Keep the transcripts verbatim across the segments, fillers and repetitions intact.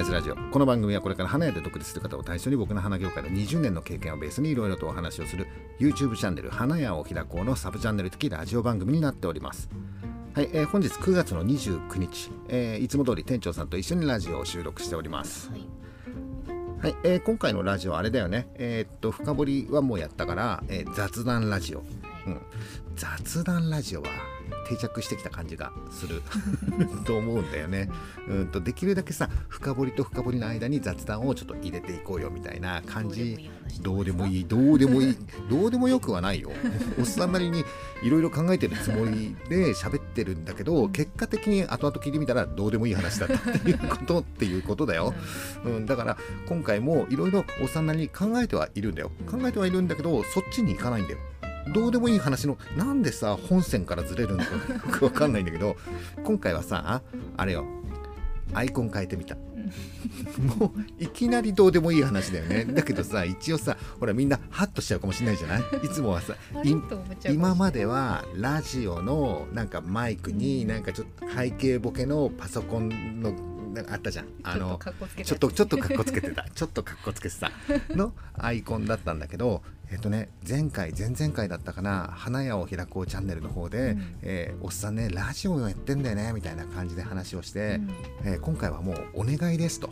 ズラジオ。この番組はこれから花屋で独立する方を対象に僕の花業界のにじゅうねんの経験をベースにいろいろとお話をする YouTube チャンネル花屋を開こうのサブチャンネル的ラジオ番組になっております。はい、えー、本日くがつのにじゅうくにち、えー、いつも通り店長さんと一緒にラジオを収録しております。はいはい、えー、今回のラジオあれだよね。えー、っと深掘りはもうやったから、えー、雑談ラジオ、うん、雑談ラジオは定着してきた感じがすると思うんだよね。うんとできるだけさ、深掘りと深掘りの間に雑談をちょっと入れていこうよみたいな感じ。どうでもいいどうでもいいどうでもよくはないよ。おっさんなりにいろいろ考えてるつもりで喋ってるんだけど、結果的に後々聞いてみたらどうでもいい話だったっていうことっていうことだよ。うん、だから今回もいろいろおっさんなりに考えてはいるんだよ。考えてはいるんだけど、そっちに行かないんだよ。どうでもいい話のなんでさ本線からずれるのかよくわかんないんだけど、今回はさあれよ、アイコン変えてみた。もういきなりどうでもいい話だよね。だけどさ、一応さ、ほらみんなハッとしちゃうかもしれないじゃない。いつもはさ今まではラジオのなんかマイクになんかちょっと背景ボケのパソコンのあったじゃん、あのちょっとちょっとカッコつけてたちょっとカッコつけてたのアイコンだったんだけど、えっとね前回前々回だったかな、花屋を開こうチャンネルの方で、うん、えー、おっさんねラジオをやってんだよねみたいな感じで話をして、うん、えー、今回はもうお願いですと、うん、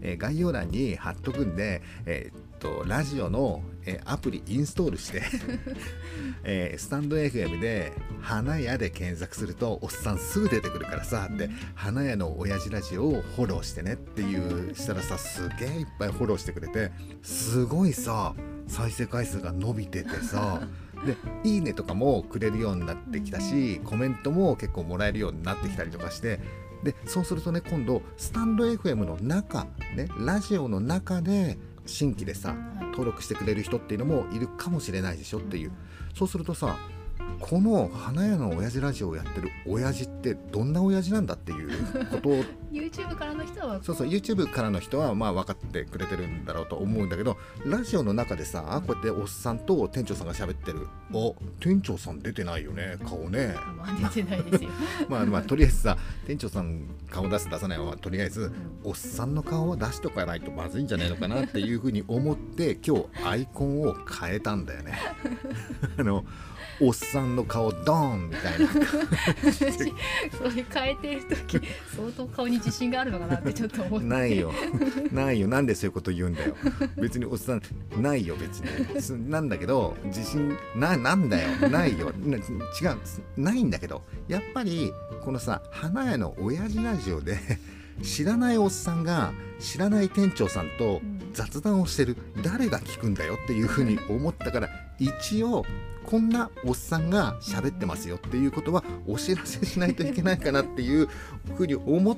えー、概要欄に貼っとくんで、えー、っとラジオの、えー、アプリインストールして、えー、スタンド エフエム で花屋で検索するとおっさんすぐ出てくるからさ、で花屋の親父ラジオをフォローしてねっていうしたらさ、すげえいっぱいフォローしてくれて、すごいさ再生回数が伸びててさでいいねとかもくれるようになってきたし、コメントも結構もらえるようになってきたりとかして、でそうするとね、今度スタンド エフエム の中ね、ラジオの中で新規でさ登録してくれる人っていうのもいるかもしれないでしょっていう。そうするとさ、この花屋の親父ラジオをやってる親父ってどんな親父なんだっていうことを YouTube からの人はそうそう YouTube からの人はまあ分かってくれてるんだろうと思うんだけど、ラジオの中でさこうやっておっさんと店長さんが喋ってる、お店長さん出てないよね顔ね。 まあ出てないですよまあまあとりあえずさ、店長さん顔出す出さないはとりあえず、うん、おっさんの顔は出しとかないとまずいんじゃないのかなっていうふうに思って今日アイコンを変えたんだよねあのおっさんの顔ドーンみたいなそれ変えてる時相当顔に自信があるのかなってちょっと思って。 ないよないよ、なんでそういうこと言うんだよ。別におっさんないよ別になんだけど、自信ななんだよないよな違うないんだけど、やっぱりこのさ花屋の親父ラジオで知らないおっさんが知らない店長さんと雑談をしてる、誰が聞くんだよっていうふうに思ったから、一応こんなおっさんが喋ってますよっていうことはお知らせしないといけないかなっていうふうに思って、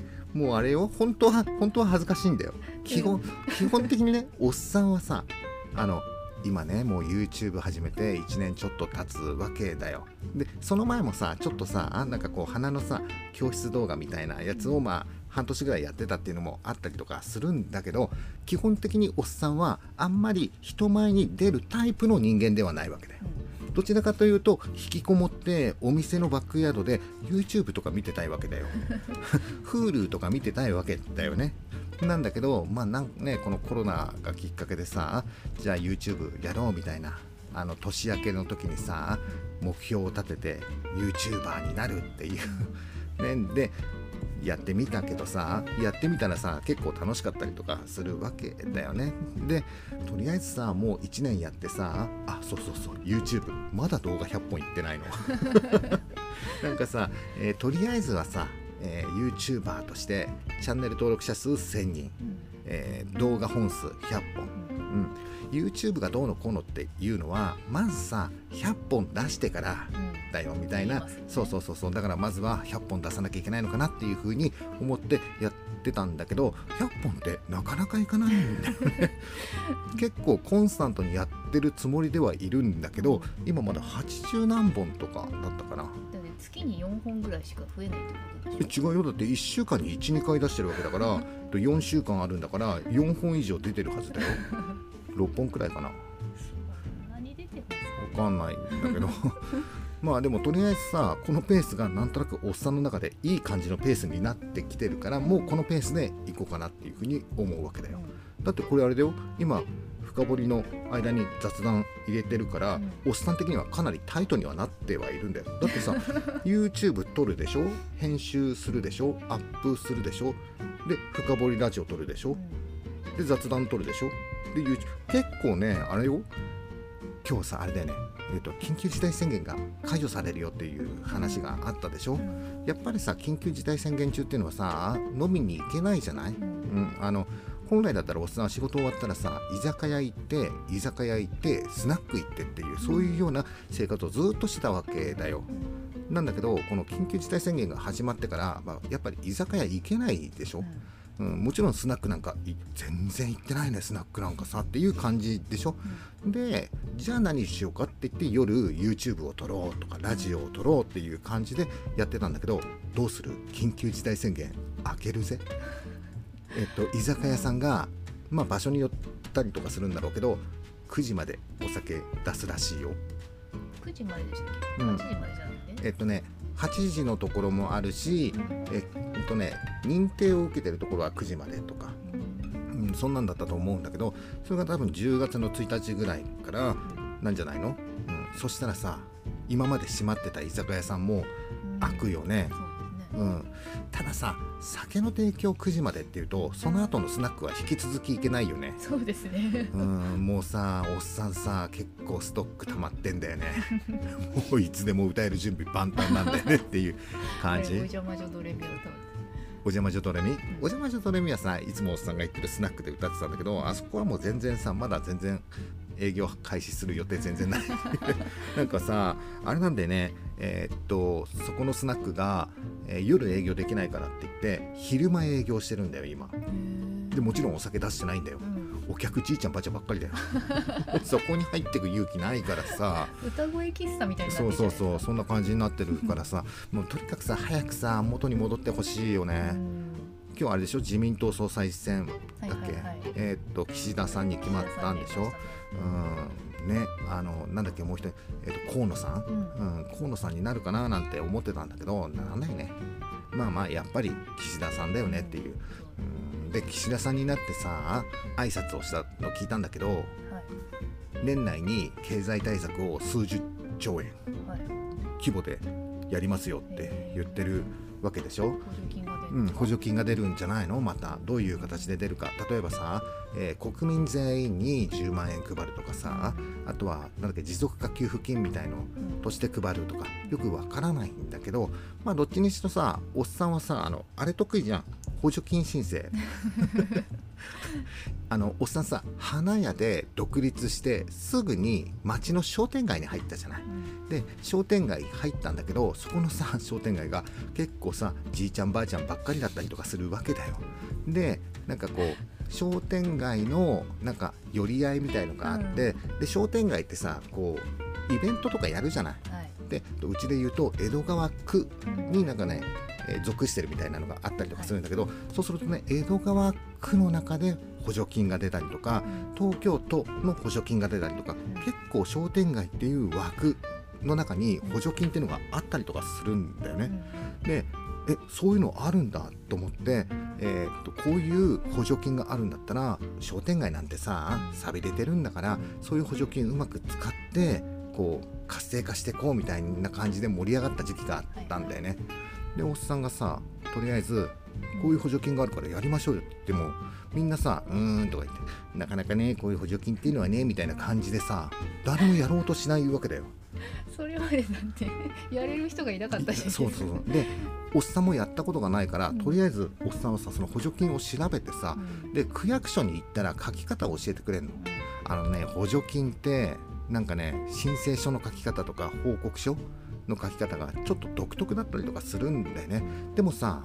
もうあれよ、本当は本当は恥ずかしいんだよ。基本基本的にね、おっさんはさ、あの今ねもう YouTube 始めていちねんちょっと経つわけだよ。でその前もさちょっとさあなんかこう花のさ教室動画みたいなやつをまあ半年ぐらいやってたっていうのもあったりとかするんだけど、基本的におっさんはあんまり人前に出るタイプの人間ではないわけだよ。どちらかというと引きこもってお店のバックヤードで YouTube とか見てたいわけだよHulu とか見てたいわけだよね。なんだけどまあなんね、このコロナがきっかけでさ、じゃあ YouTube やろうみたいな、あの年明けの時にさ目標を立てて YouTuber になるっていうね、でやってみたけどさ、やってみたらさ結構楽しかったりとかするわけだよね。でとりあえずさもういちねんやってさ、あそうそうそう YouTube まだ動画ひゃっぽんいってないのなんかさ、えー、とりあえずはさ、えー、YouTuber としてチャンネル登録者数せんにん、えー、動画本数ひゃっぽん、うん、YouTube がどうのこうのっていうのはまずさひゃっぽん出してからだよみたいな、うんね、そうそうそうそう、だからまずはひゃっぽん出さなきゃいけないのかなっていう風に思ってやってたんだけど、ひゃっぽんってなかなかいかないんだよね結構コンスタントにやってるつもりではいるんだけど、今まだはちじゅうなんぼんとかだったかな。だって月によんほんぐらいしか増えないってことでしょ。 違うよ、だっていっしゅうかんにいち、にかい出してるわけだからよんしゅうかんあるんだからよんほん以上出てるはずだよろっぽんくらいかな。 そんなに出てますわかんないんだけどまあでもとりあえずさ、このペースがなんとなくおっさんの中でいい感じのペースになってきてるから、もうこのペースでいこうかなっていうふうに思うわけだよ。だってこれあれだよ、今深掘りの間に雑談入れてるから、うん、おっさん的にはかなりタイトにはなってはいるんだよ。だってさYouTube 撮るでしょ、編集するでしょ、アップするでしょ、で深掘りラジオ撮るでしょ、で雑談撮るでしょ、で YouTube 結構ね、あれよ、今日さあれだよね、えーと、緊急事態宣言が解除されるよっていう話があったでしょ。やっぱりさ、緊急事態宣言中っていうのはさ、飲みに行けないじゃない、うん、あの本来だったらおっさんは仕事終わったらさ、居酒屋行って居酒屋行ってスナック行ってっていう、そういうような生活をずっとしてたわけだよ。なんだけどこの緊急事態宣言が始まってから、まあ、やっぱり居酒屋行けないでしょ、うん、もちろんスナックなんか全然行ってないね、スナックなんかさっていう感じでしょ。でじゃあ何しようかって言って夜 YouTube を撮ろうとかラジオを撮ろうっていう感じでやってたんだけど、どうする、緊急事態宣言開けるぜ。えっと居酒屋さんが、まあ、場所によったりとかするんだろうけどくじまでお酒出すらしいよ。 くじまででしたっけ、うん、はちじまでじゃなくて、 えっとねはちじのところもあるし、えっとね認定を受けてるところはくじまでとか、うん、そんなんだったと思うんだけど、それが多分じゅうがつのついたちぐらいからなんじゃないの、うん、そしたらさ、今まで閉まってた居酒屋さんも開くよね、うん、たださ、酒の提供くじまでっていうとその後のスナックは引き続き行けないよね。 そうですね、 うん、もうさ、おっさんさ結構ストック溜まってんだよねもういつでも歌える準備万端なんだよねっていう感じ。 お邪魔女ドレミを歌う、 お邪魔女ドレミ、うん、お邪魔女ドレミはさ、いつもおっさんが行ってるスナックで歌ってたんだけど、あそこはもう全然さ、まだ全然営業開始する予定全然ないなんかさ、あれなんだよね、えー、っとそこのスナックが、えー、夜営業できないからって言って昼間営業してるんだよ今で。もちろんお酒出してないんだよ、うん、お客じいちゃんばあちゃんばっかりだよそこに入ってく勇気ないからさ、 歌声喫茶みたいになってるじゃないですか。 そうそうそう、そんな感じになってるからさもうとにかくさ、早くさ元に戻ってほしいよね。今日あれでしょ、自民党総裁選だっけ、はいはいはい、えー、っと岸田さんに決まったんでしょ。うんね、あのなんだっけもう一人、えー、と河野さん、うんうん、河野さんになるかななんて思ってたんだけど、ならないね。まあまあやっぱり岸田さんだよねっていう、うん、で岸田さんになってさ挨拶をしたの聞いたんだけど、はい、年内に経済対策を数十兆円、はい、規模でやりますよって言ってるわけでしょ。うん、補助金が出るんじゃないの。またどういう形で出るか、例えばさ、えー、国民全員にじゅうまんえん配るとかさ、あとはなんだっけ持続化給付金みたいのとして配るとか、よくわからないんだけど、まあどっちにしろさ、おっさんはさ、あのあれ得意じゃん、補助金申請あのおっさんさ、花屋で独立してすぐに町の商店街に入ったじゃない。で商店街入ったんだけど、そこのさ商店街が結構さじいちゃんばあちゃんばっかりだったりとかするわけだよ。でなんかこう商店街のなんか寄り合いみたいのがあって、うん、で商店街ってさこうイベントとかやるじゃない、はい、でうちで言うと江戸川区になんかね、えー、属してるみたいなのがあったりとかするんだけど、はい、そうするとね江戸川区の中で補助金が出たりとか、うん、東京都の補助金が出たりとか、うん、結構商店街っていう枠の中に補助金っていうのがあったりとかするんだよね。でえそういうのあるんだと思って、えー、っとこういう補助金があるんだったら商店街なんてさ寂れてるんだから、そういう補助金うまく使ってこう活性化していこうみたいな感じで盛り上がった時期があったんだよね。でおっさんがさとりあえずこういう補助金があるからやりましょうよって言っても、みんなさうーんとか言って、なかなかねこういう補助金っていうのはねみたいな感じでさ、誰もやろうとしないわけだよ。 それまでなんてやれる人がいなかったし、 そうそうでおっさんもやったことがないから、うん、とりあえずおっさんはさその補助金を調べてさ、うん、で区役所に行ったら書き方を教えてくれるの、うん、あのね補助金ってなんかね申請書の書き方とか報告書の書き方がちょっと独特だったりとかするんだよね。でもさ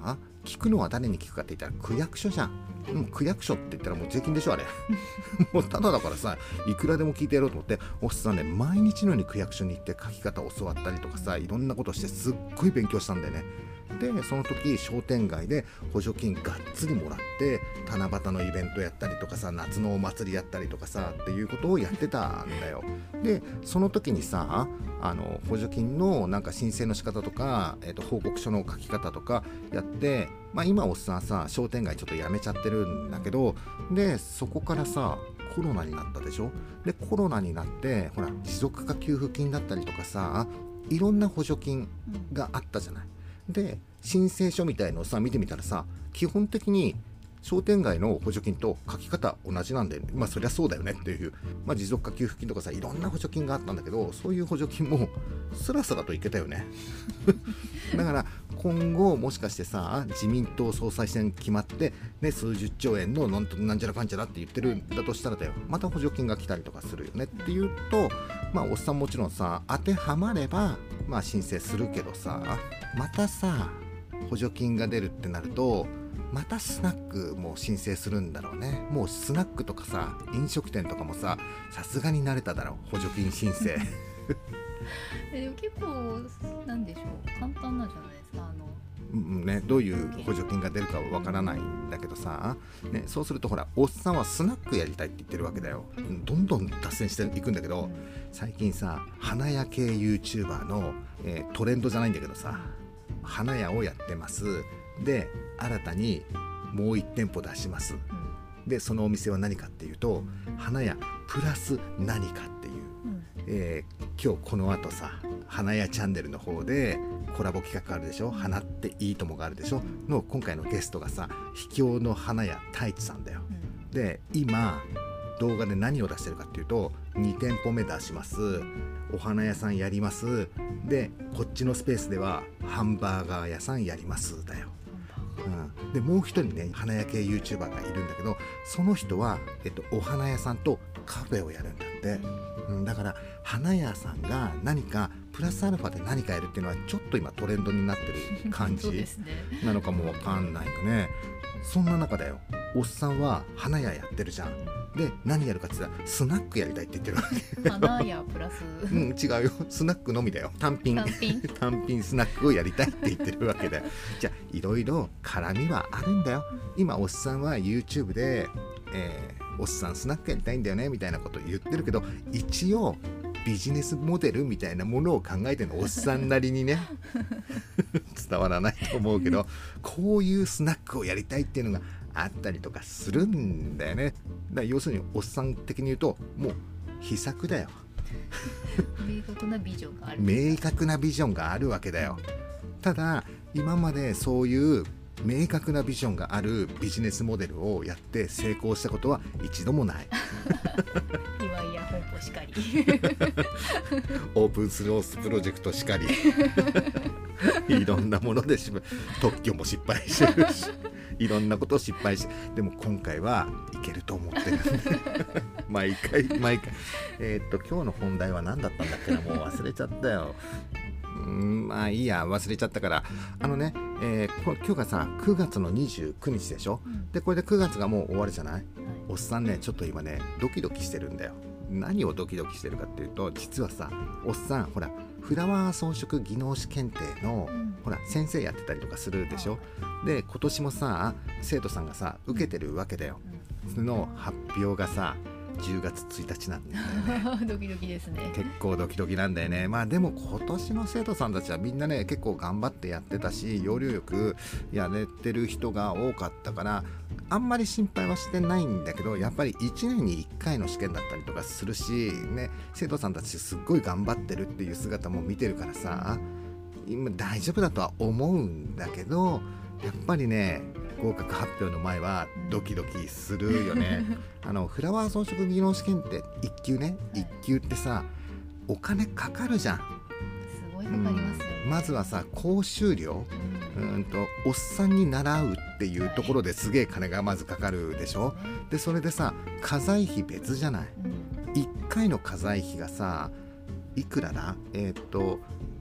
聞くのは誰に聞くかって言ったら区役所じゃん。もう区役所って言ったらもう税金でしょあれもうただだからさ、いくらでも聞いてやろうと思って、おっさんね毎日のように区役所に行って書き方を教わったりとかさ、いろんなことしてすっごい勉強したんだよね。でその時商店街で補助金がっつりもらって七夕のイベントやったりとかさ、夏のお祭りやったりとかさっていうことをやってたんだよ。でその時にさ、あの補助金のなんか申請の仕方とか、えーと報告書の書き方とかやって、まあ、今おっさんさ商店街ちょっとやめちゃってるんだけど、でそこからさコロナになったでしょ。でコロナになってほら持続化給付金だったりとかさ、いろんな補助金があったじゃない。で申請書みたいのをさ見てみたらさ、基本的に商店街の補助金と書き方同じなんで、まあそりゃそうだよねっていう、まあ、持続化給付金とかさいろんな補助金があったんだけど、そういう補助金もスラスラといけたよねだから今後もしかしてさ自民党総裁選決まって、ね、数十兆円のなんとなんちゃらかんちゃらって言ってるんだとしたらだよ、また補助金が来たりとかするよねっていうと、まあおっさんもちろんさ当てはまればまあ申請するけどさ、またさ補助金が出るってなるとまたスナックも申請するんだろうね。もうスナックとかさ飲食店とかもささすがに慣れただろう補助金申請えでも結構なんでしょう簡単なんじゃないですか。あのうんね、どういう補助金が出るかはわからないんだけどさ、ね、そうするとほらおっさんはスナックやりたいって言ってるわけだよ。どんどん脱線していくんだけど、最近さ花屋系 YouTuber の、えー、トレンドじゃないんだけどさ、花屋をやってます。で新たにもういち店舗出します。でそのお店は何かっていうと花屋プラス何かっていう、えー、今日この後さ花屋チャンネルの方でコラボ企画あるでしょ、花っていいともがあるでしょの今回のゲストがさ秘境の花屋太一さんだよ。で今動画で何を出してるかっていうとに店舗目出します、お花屋さんやります、でこっちのスペースではハンバーガー屋さんやりますだよ。うん、でもう一人ね花屋系 YouTuber がいるんだけど、その人は、えっと、お花屋さんとカフェをやるんだって、うん、だから花屋さんが何かプラスアルファで何かやるっていうのはちょっと今トレンドになってる感じなのかもわかんないよね。そんな中だよおっさんは花屋やってるじゃん。で何やるかって言ったらスナックやりたいって言ってるわけ花屋プラスうん違うよ、スナックのみだよ。単品単品単品スナックをやりたいって言ってるわけだよ。じゃあいろいろ絡みはあるんだよ。今おっさんは YouTube で、えー、おっさんスナックやりたいんだよねみたいなこと言ってるけど、一応ビジネスモデルみたいなものを考えてるのおっさんなりにね伝わらないと思うけど、こういうスナックをやりたいっていうのがあったりとかするんだよね。だから要するにおっさん的に言うともう秘策だよ明確なビジョンがある明確なビジョンがあるわけだよ。ただ今までそういう明確なビジョンがあるビジネスモデルをやって成功したことは一度もない岩井や本舗しかりオープンスロースプロジェクトしかりいろんなもので特許も失敗してるしいろんなことを失敗して、でも今回はいけると思ってる毎回毎回えー、っと今日の本題は何だったんだっけな、もう忘れちゃったよ。うーんまあいいや忘れちゃったから、あのね、えー、こ今日がさくがつのにじゅうくにちでしょ、うん、でこれでくがつがもう終わるじゃない、はい、おっさんねちょっと今ねドキドキしてるんだよ。何をドキドキしてるかっていうと、実はさおっさんほらフラワー装飾技能士検定の、うん、ほら先生やってたりとかするでしょ。で今年もさ生徒さんがさ受けてるわけだよ、うん、その発表がさじゅうがつついたちなんだよねドキドキですね。 結構ドキドキなんだよね。まあでも今年の生徒さんたちはみんなね結構頑張ってやってたし、要領よくやれてる人が多かったからあんまり心配はしてないんだけど、やっぱりいちねんにいっかいの試験だったりとかするしね、生徒さんたちすっごい頑張ってるっていう姿も見てるからさ、今大丈夫だとは思うんだけど、やっぱりね合格発表の前はドキドキするよねあのフラワー装飾技能試験っていっ級ね、いっ級ってさお金かかるじゃん。 すごいかかりますよね、 うん、まずはさ講習料、うん、うんとおっさんに習うっていうところですげえ金がまずかかるでしょ。でそれでさ家財費別じゃない、うん、いっかいの家財費がさいくらだ、えー、っと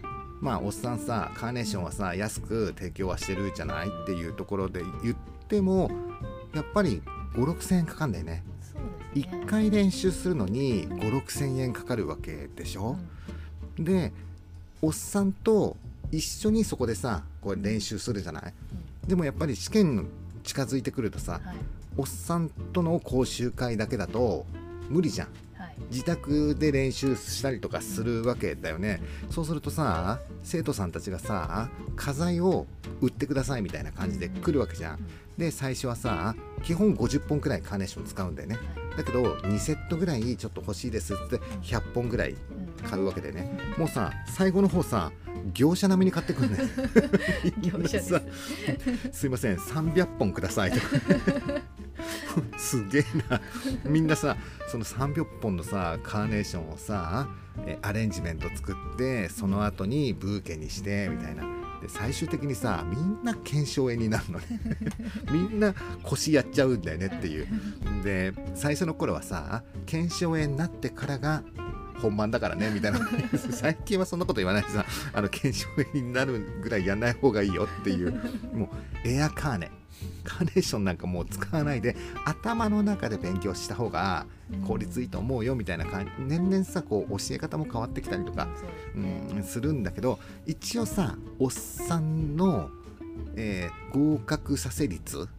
まあおっさんさカーネーションはさ安く提供はしてるじゃないっていうところで言ってもやっぱりご、ろくせんえんかかんだよね。 そうですね。 いっかい練習するのにご、ろくせんえんかかるわけでしょ、うん、でおっさんと一緒にそこでさこれ練習するじゃない、うん、でもやっぱり試験近づいてくるとさ、はい、おっさんとの講習会だけだと無理じゃん、はい、自宅で練習したりとかするわけだよね、うん、そうするとさ生徒さんたちがさ課題を売ってくださいみたいな感じで来るわけじゃん、うん、で最初はさ基本ごじゅっぽんくらいカーネーション使うんだよね、だけどにセットぐらいちょっと欲しいですってひゃっぽんぐらい買うわけでね、もうさ最後の方さ業者並みに買ってくるね業者ですすいませんさんびゃっぽんくださいとかすげえな、みんなさそのさんびゃっぽんのさカーネーションをさえアレンジメント作ってその後にブーケにしてみたいなで最終的にさみんな腱鞘炎になるのねみんな腰やっちゃうんだよねっていうで最初の頃はさ腱鞘炎になってからが本番だからねみたいな最近はそんなこと言わないでさあの腱鞘炎になるぐらいやんない方がいいよっていうもうエアカーネカーネーションなんかもう使わないで頭の中で勉強した方が効率いいと思うよみたいな感じ、年々さこう教え方も変わってきたりとか、うん、するんだけど一応さおっさんの、えー、合格させ率、はい、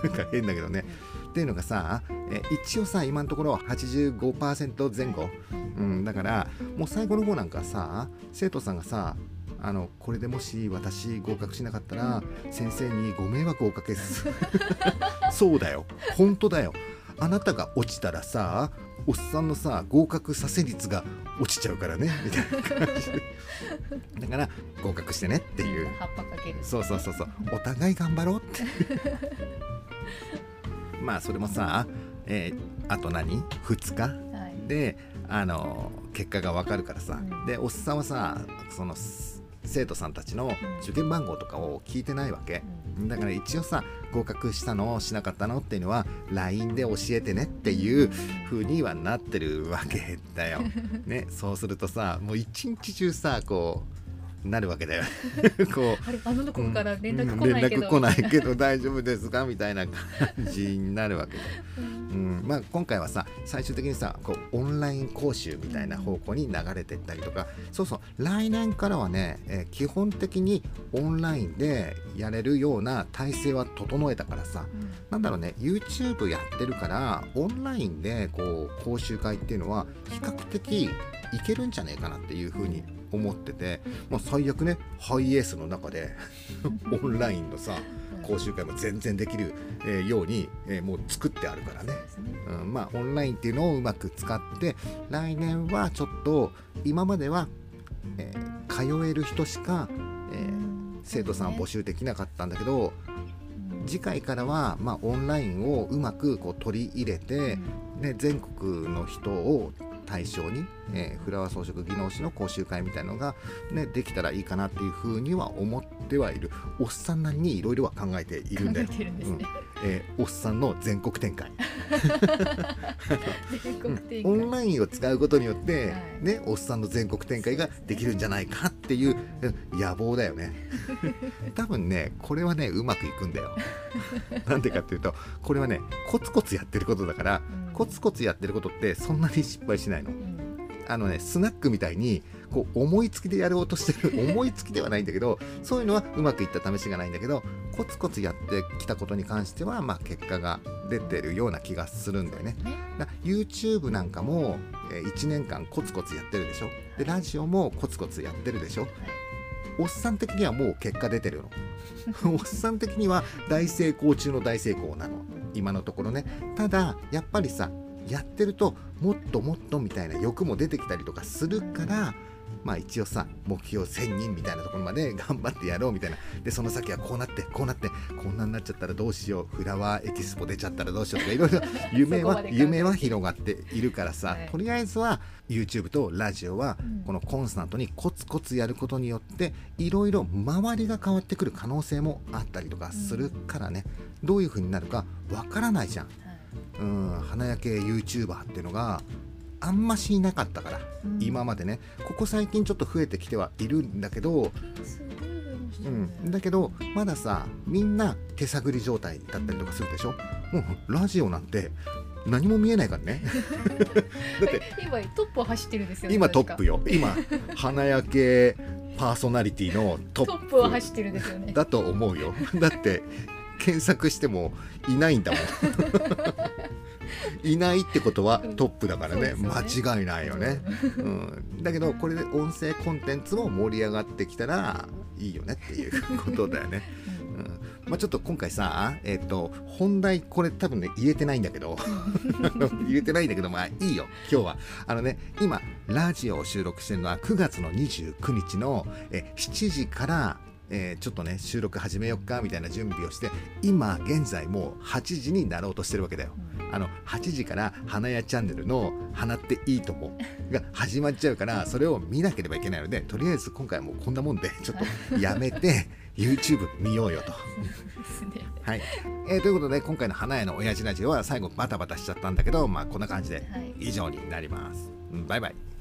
が変だけどねっていうのがさ、えー、一応さ今のところはちじゅうごパーセントぜん後、うん、だからもう最後の方なんかさ生徒さんがさあのこれでもし私合格しなかったら先生にご迷惑をおかけすそうだよ本当だよ、あなたが落ちたらさおっさんのさ合格させ率が落ちちゃうからねみたいな感じでだから合格してねっていう葉っぱかけるそうそうそうそうお互い頑張ろうってまあそれもさ、えー、あと何ふつか、はい、であの結果が分かるからさ、うん、でおっさんはさその生徒さんたちの受験番号とかを聞いてないわけ、うん、だから一応さ合格したのしなかったのっていうのは ライン で教えてねっていう風にはなってるわけだよ、ね、そうするとさもう一日中さこうなるわけだよこうあれあの子から連絡来ないけど、 連絡来ないけど大丈夫ですかみたいな感じになるわけだよ、うんまあ、今回はさ最終的にさこうオンライン講習みたいな方向に流れてったりとか、そうそう来年からはね、えー、基本的にオンラインでやれるような体制は整えたからさ、うん、なんだろうね YouTube やってるからオンラインでこう講習会っていうのは比較的いけるんじゃねえかなっていう風に思ってて、まあ、最悪ねハイエースの中でオンラインのさ講習会も全然できる、えー、ように、えー、もう作ってあるからね、うん、まあオンラインっていうのをうまく使って来年はちょっと今までは、えー、通える人しか、えー、生徒さんを募集できなかったんだけど、次回からは、まあ、オンラインをうまくこう取り入れて、ね、全国の人を対象に、えー、フラワー装飾技能士の講習会みたいなのが、ね、できたらいいかなっていうふうには思ってはいる。おっさんなりにいろいろは考えているんだよ。 考えてるんですね、 うんえー、おっさんの全国展開全国展開、 うん、オンラインを使うことによって、 はいね、おっさんの全国展開ができるんじゃないかっていう野望だよね多分ねこれはねうまくいくんだよなんでかっていうとこれはねコツコツやってることだから、うん、コツコツやってることってそんなに失敗しないの、うん、あのねスナックみたいにこう思いつきでやろうとしてる思いつきではないんだけどそういうのはうまくいった試しがないんだけどコツコツやってきたことに関しては、まあ、結果が出てるような気がするんだよね。だ YouTube なんかも、えー、いちねんかんコツコツやってるでしょ。でラジオもコツコツやってるでしょ。おっさん的にはもう結果出てるのおっさん的には大成功中の大成功なの今のところね。ただやっぱりさやってるともっともっとみたいな欲も出てきたりとかするからまあ一応さ目標せんにんみたいなところまで頑張ってやろうみたいな。でその先はこうなってこうなってこんなになっちゃったらどうしようフラワーエキスポ出ちゃったらどうしようとかいろいろ夢は夢は広がっているからさ、はい、とりあえずは YouTube とラジオはこのコンスタントにコツコツやることによっていろいろ周りが変わってくる可能性もあったりとかするからね、うん、どういう風になるかわからないじゃん、はい、うん花焼け YouTuber っていうのがあんましいなかったから、 うん、 今までね。ここ最近ちょっと増えてきてはいるんだけど、うん、だけどまださみんな手探り状態だったりとかするでしょ。もうラジオなんて何も見えないからねだって今トップを走ってるんですよね。 今トップよ。今花焼けパーソナリティのトップを走ってるんですよね。 だと思うよ。だって検索してもいないんだもんいないってことはトップだからね、うん、ね間違いないよね、うん、だけどこれで音声コンテンツも盛り上がってきたらいいよねっていうことだよね、うんまあ、ちょっと今回さ、えーと、本題これ多分ね言えてないんだけど言えてないんだけどまあいいよ今日は。あのね今ラジオを収録してるのはくがつのにじゅうくにちのえしちじからえー、ちょっとね収録始めよっかみたいな準備をして、今現在もうはちじになろうとしてるわけだよ。あのはちじから花屋チャンネルの花っていいともが始まっちゃうから、それを見なければいけないので、とりあえず今回はもうこんなもんでちょっとやめてYouTube 見ようよとはい、えー、ということで今回の花屋の親父ラジオは最後バタバタしちゃったんだけど、まあこんな感じで以上になります、はい、バイバイ。